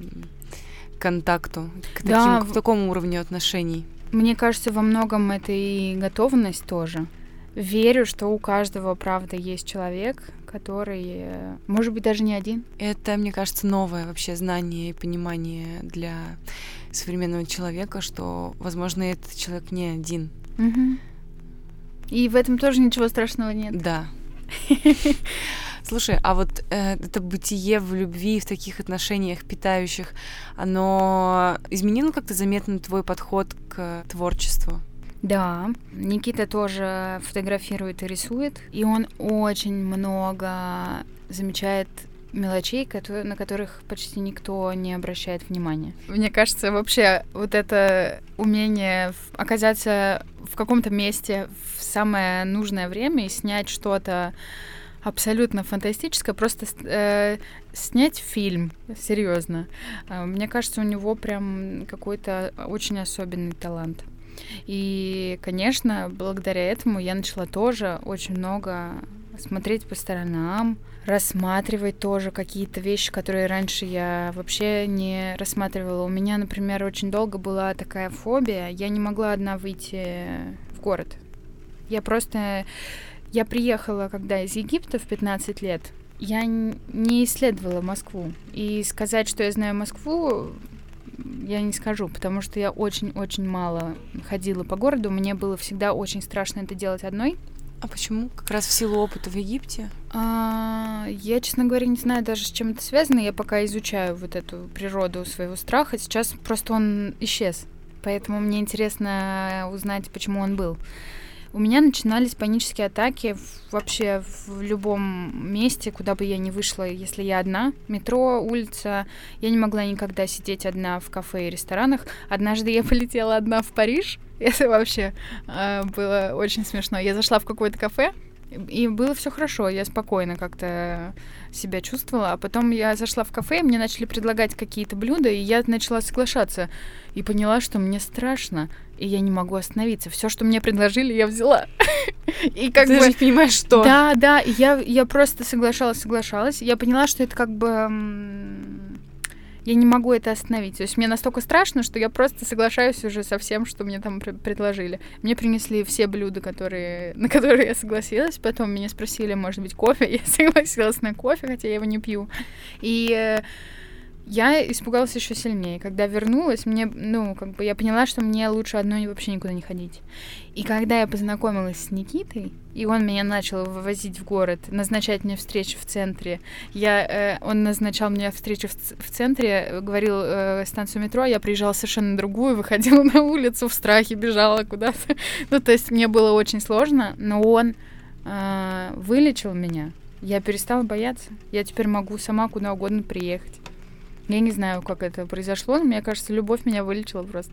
к контакту, к такому уровню отношений? Мне кажется, во многом это и готовность тоже. Верю, что у каждого, правда, есть человек, который, может быть, даже не один. Это, мне кажется, новое вообще знание и понимание для современного человека, что, возможно, этот человек не один. Угу. И в этом тоже ничего страшного нет. Да. Слушай, а вот это бытие в любви, в таких отношениях питающих, оно изменило как-то заметно твой подход к творчеству? Да, Никита тоже фотографирует и рисует, и он очень много замечает мелочей, на которых почти никто не обращает внимания. Мне кажется, вообще вот это умение оказаться в каком-то месте в самое нужное время и снять что-то абсолютно фантастическое, просто снять фильм, серьезно. Мне кажется, у него прям какой-то очень особенный талант. И, конечно, благодаря этому я начала тоже очень много смотреть по сторонам, рассматривать тоже какие-то вещи, которые раньше я вообще не рассматривала. У меня, например, очень долго была такая фобия. Я не могла одна выйти в город. Я приехала, когда из Египта в 15 лет. Я не исследовала Москву. И сказать, что я знаю Москву, я не скажу, потому что я очень-очень мало ходила по городу. Мне было всегда очень страшно это делать одной. А почему? Как раз в силу опыта в Египте? Я, честно говоря, не знаю даже, с чем это связано. Я пока изучаю вот эту природу своего страха. Сейчас просто он исчез. Поэтому мне интересно узнать, почему он был. У меня начинались панические атаки вообще в любом месте, куда бы я ни вышла, если я одна. Метро, улица. Я не могла никогда сидеть одна в кафе и ресторанах. Однажды я полетела одна в Париж. Это вообще было очень смешно. Я зашла в какое-то кафе, И было все хорошо, я спокойно как-то себя чувствовала. А потом я зашла в кафе, мне начали предлагать какие-то блюда, и я начала соглашаться. И поняла, что мне страшно, и я не могу остановиться. Все, что мне предложили, я взяла. И как ты бы... даже не понимаешь, что. Да, я просто соглашалась. Я поняла, что это как бы... Я не могу это остановить. То есть мне настолько страшно, что я просто соглашаюсь уже со всем, что мне там предложили. Мне принесли все блюда, на которые я согласилась. Потом меня спросили, может быть, кофе. Я согласилась на кофе, хотя я его не пью. И я испугалась еще сильнее. Когда вернулась, я поняла, что мне лучше одной вообще никуда не ходить. И когда я познакомилась с Никитой, и он меня начал вывозить в город, назначать мне встречи в центре, он назначал мне встречу в центре, говорил станцию метро, я приезжала совершенно на другую, выходила на улицу в страхе, бежала куда-то. То есть мне было очень сложно, но он вылечил меня. Я перестала бояться. Я теперь могу сама куда угодно приехать. Я не знаю, как это произошло, но мне кажется, любовь меня вылечила просто.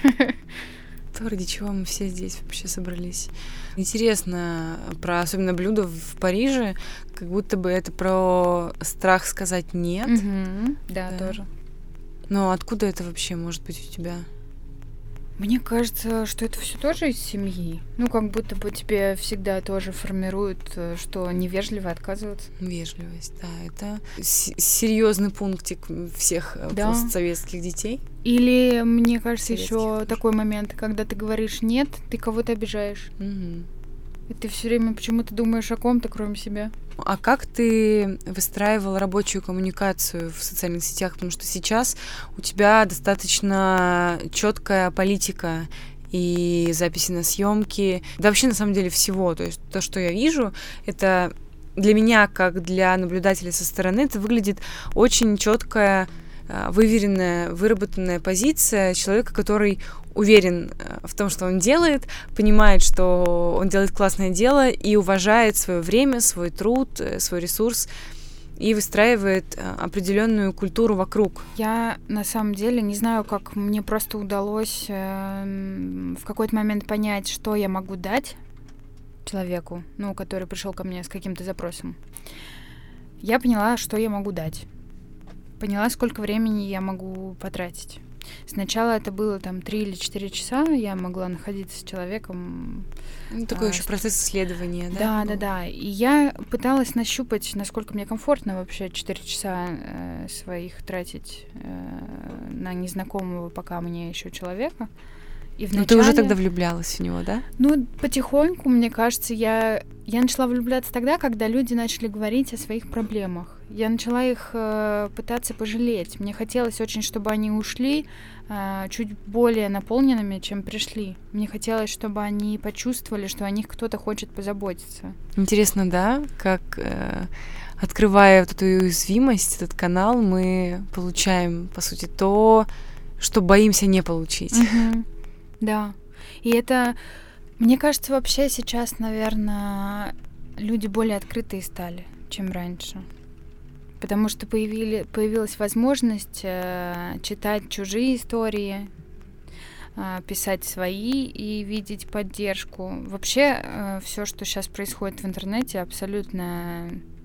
То, ради чего мы все здесь вообще собрались. Интересно про особенно блюда в Париже, как будто бы это про страх сказать «нет». Да, тоже. Но откуда это вообще может быть у тебя? Мне кажется, что это все тоже из семьи. Как будто бы тебе всегда тоже формируют, что невежливо отказываться. Вежливость, да. Это серьезный пунктик всех постсоветских детей. Или, мне кажется, еще такой момент, когда ты говоришь «нет», ты кого-то обижаешь. И ты все время почему-то думаешь о ком-то, кроме себя. А как ты выстраивала рабочую коммуникацию в социальных сетях? Потому что сейчас у тебя достаточно четкая политика и записи на съемки, да вообще на самом деле всего. То есть то, что я вижу, это для меня, как для наблюдателя со стороны, это выглядит очень четкая, выверенная, выработанная позиция человека, который уверен в том, что он делает, понимает, что он делает классное дело и уважает свое время, свой труд, свой ресурс и выстраивает определенную культуру вокруг. Я на самом деле не знаю, как мне просто удалось в какой-то момент понять, что я могу дать человеку, который пришел ко мне с каким-то запросом. Я поняла, что я могу дать. Поняла, сколько времени я могу потратить. Сначала это было 3 или 4 часа, я могла находиться с человеком. Такой еще процесс исследования, да? Да. И я пыталась нащупать, насколько мне комфортно вообще 4 часа своих тратить на незнакомого пока мне еще человека. И вначале... ты уже тогда влюблялась в него, да? Потихоньку, мне кажется, я начала влюбляться тогда, когда люди начали говорить о своих проблемах. Я начала их пытаться пожалеть. Мне хотелось очень, чтобы они ушли чуть более наполненными, чем пришли. Мне хотелось, чтобы они почувствовали, что о них кто-то хочет позаботиться. Интересно, да, как открывая вот эту уязвимость, этот канал, мы получаем, по сути, то, что боимся не получить. Да. И это, мне кажется, вообще сейчас, наверное, люди более открытые стали, чем раньше. Потому что появилась возможность читать чужие истории, писать свои и видеть поддержку. Вообще, все, что сейчас происходит в интернете, абсолютно,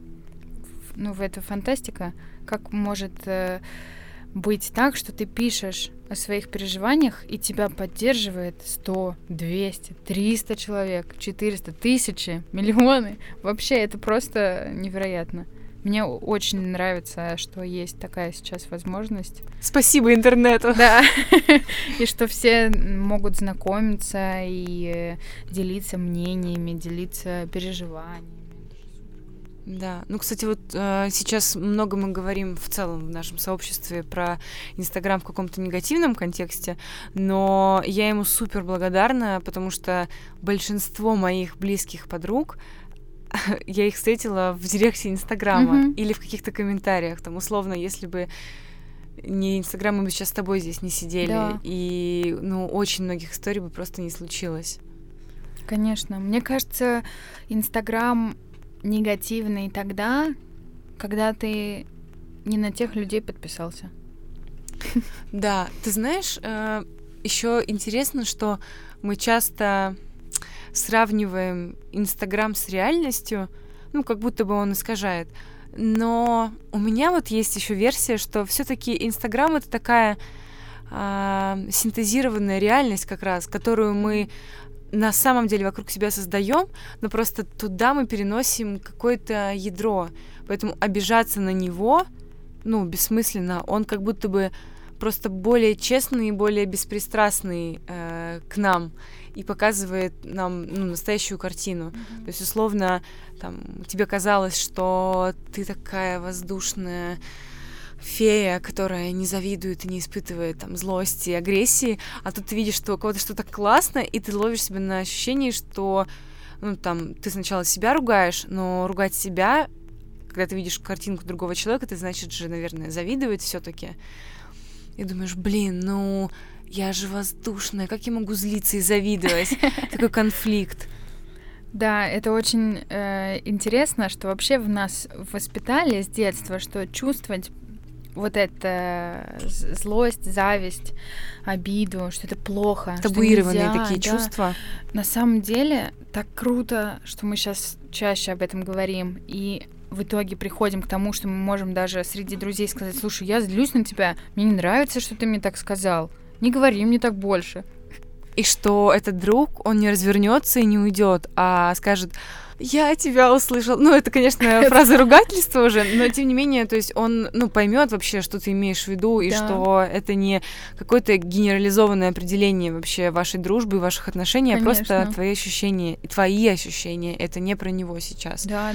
это фантастика. Как может быть так, что ты пишешь о своих переживаниях, и тебя поддерживает 100, 200, 300 человек, 400, тысячи, миллионы. Вообще, это просто невероятно. Мне очень нравится, что есть такая сейчас возможность. Спасибо интернету. Да. И что все могут знакомиться и делиться мнениями, делиться переживаниями. Да, кстати, сейчас много мы говорим в целом в нашем сообществе про Инстаграм в каком-то негативном контексте, но я ему супер благодарна, потому что большинство моих близких подруг я их встретила в директе Инстаграма или в каких-то комментариях, условно, если бы не Инстаграм, мы бы сейчас с тобой здесь не сидели, да. И, очень многих историй бы просто не случилось. Конечно, мне кажется, Инстаграм негативный тогда, когда ты не на тех людей подписался. Да, ты знаешь, еще интересно, что мы часто сравниваем Инстаграм с реальностью, ну, как будто бы он искажает. Но у меня вот есть еще версия, что все-таки Инстаграм — это такая синтезированная реальность как раз, которую мы на самом деле вокруг себя создаем, но просто туда мы переносим какое-то ядро. Поэтому обижаться на него, ну, бессмысленно. Он как будто бы просто более честный и более беспристрастный к нам и показывает нам, ну, настоящую картину. То есть, условно, там, тебе казалось, что ты такая воздушная фея, которая не завидует и не испытывает там злости и агрессии, а тут ты видишь, что у кого-то что-то классно, и ты ловишь себя на ощущении, что, ну, там, ты сначала себя ругаешь, но ругать себя, когда ты видишь картинку другого человека, это значит же, наверное, завидовать все-таки. И думаешь, блин, ну, я же воздушная, как я могу злиться и завидовать? Такой конфликт. Да, это очень интересно, что вообще в нас воспитали с детства, что чувствовать вот это злость, зависть, обиду, что это плохо, табуированные что нельзя, такие чувства. На самом деле так круто, что мы сейчас чаще об этом говорим, и в итоге приходим к тому, что мы можем даже среди друзей сказать: слушай, я злюсь на тебя, мне не нравится, что ты мне так сказал, не говори мне так больше. И что этот друг, он не развернется и не уйдет, а скажет: я тебя услышал. Ну, это, конечно, фраза ругательства уже, но тем не менее, то есть он, ну, поймет вообще, что ты имеешь в виду, и что это не какое-то генерализованное определение вообще вашей дружбы и ваших отношений, а просто твои ощущения, и твои ощущения. Это не про него сейчас. Да.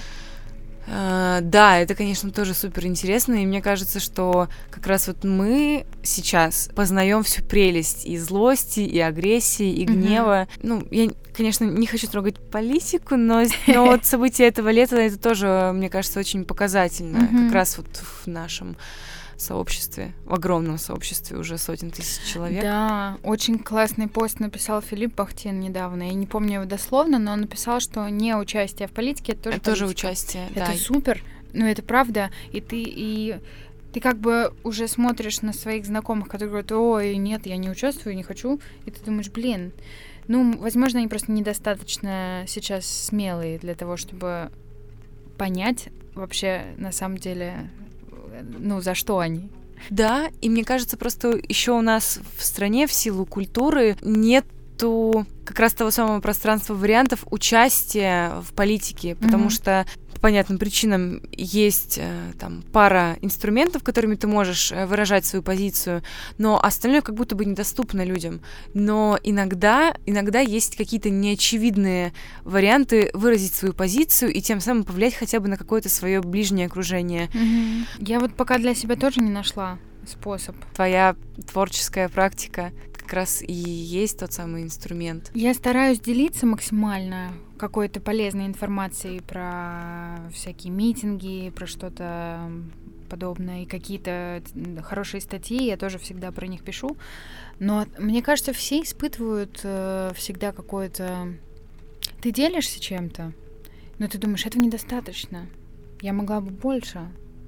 Да, это, конечно, тоже супер интересно, и мне кажется, что как раз вот мы сейчас познаем всю прелесть и злости, и агрессии, и гнева. Ну, я, конечно, не хочу трогать политику, но вот события этого лета, это тоже, мне кажется, очень показательно, как раз вот в нашем сообществе, в огромном сообществе уже сотен тысяч человек. Да, очень классный пост написал Филипп Бахтин недавно. Я не помню его дословно, но он написал, что не участие в политике — это тоже участие, да. Это супер, но это правда. И ты как бы уже смотришь на своих знакомых, которые говорят: ой, нет, я не участвую, не хочу. И ты думаешь, блин, ну, возможно, они просто недостаточно сейчас смелые для того, чтобы понять вообще на самом деле, ну, за что они. Да, и мне кажется, просто еще у нас в стране в силу культуры нету как раз того самого пространства вариантов участия в политике, потому что по понятным причинам есть там пара инструментов, которыми ты можешь выражать свою позицию, но остальное как будто бы недоступно людям. Но иногда есть какие-то неочевидные варианты выразить свою позицию и тем самым повлиять хотя бы на какое-то свое ближнее окружение. Я вот пока для себя тоже не нашла способ. Твоя творческая практика как раз и есть тот самый инструмент. Я стараюсь делиться максимально какой-то полезной информацией про всякие митинги, про что-то подобное, и какие-то хорошие статьи, я тоже всегда про них пишу. Но мне кажется, все испытывают всегда какое-то... Ты делишься чем-то, но ты думаешь, этого недостаточно. Я могла бы больше.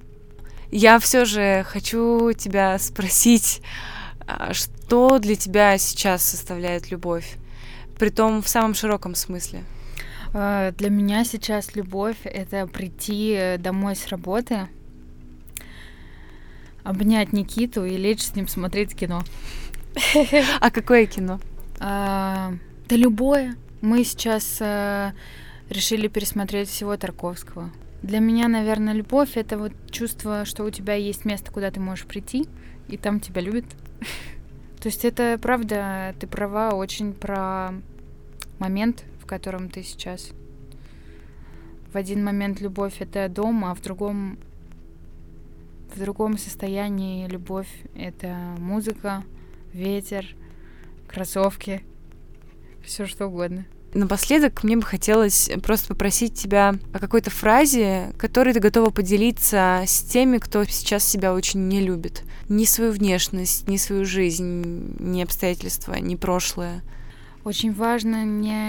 Я все же хочу тебя спросить, что для тебя сейчас составляет любовь? Притом в самом широком смысле. Для меня сейчас любовь — это прийти домой с работы, обнять Никиту и лечь с ним смотреть кино. А какое кино? Да любое. Мы сейчас решили пересмотреть всего Тарковского. Для меня, наверное, любовь — это вот чувство, что у тебя есть место, куда ты можешь прийти, и там тебя любят. То есть это, правда, ты права, очень про момент, в котором ты сейчас. В один момент любовь — это дом, а в другом состоянии любовь — это музыка, ветер, кроссовки, все что угодно. Напоследок мне бы хотелось просто попросить тебя о какой-то фразе, которой ты готова поделиться с теми, кто сейчас себя очень не любит. Ни свою внешность, ни свою жизнь, ни обстоятельства, ни прошлое. Очень важно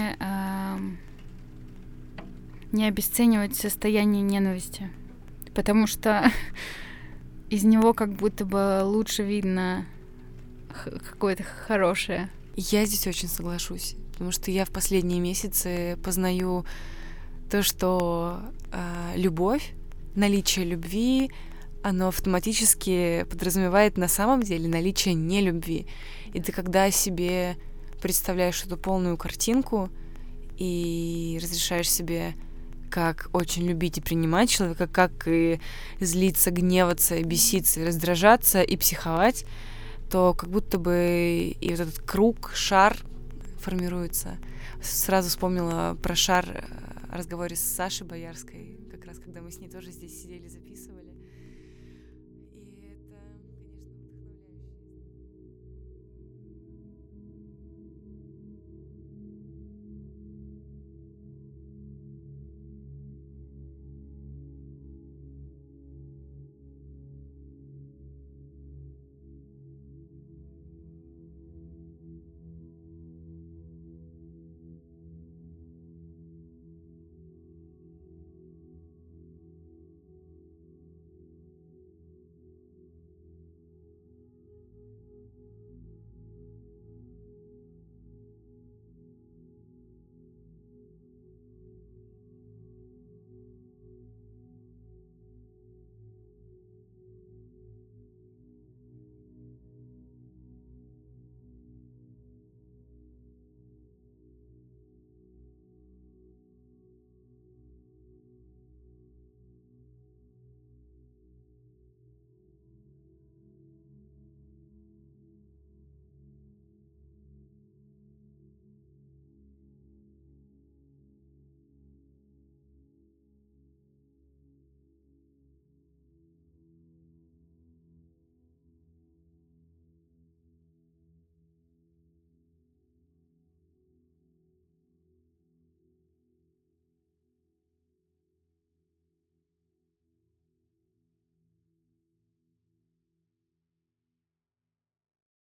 не обесценивать состояние ненависти, потому что из него как будто бы лучше видно какое-то хорошее. Я здесь очень соглашусь. потому что я в последние месяцы познаю то, что любовь, наличие любви, оно автоматически подразумевает на самом деле наличие нелюбви. И ты когда себе представляешь эту полную картинку и разрешаешь себе как очень любить и принимать человека, как и злиться, гневаться, и беситься, и раздражаться, и психовать, то как будто бы и вот этот круг, шар формируется. Сразу вспомнила про шар в разговоре с Сашей Боярской, как раз когда мы с ней тоже здесь сидели, записывали.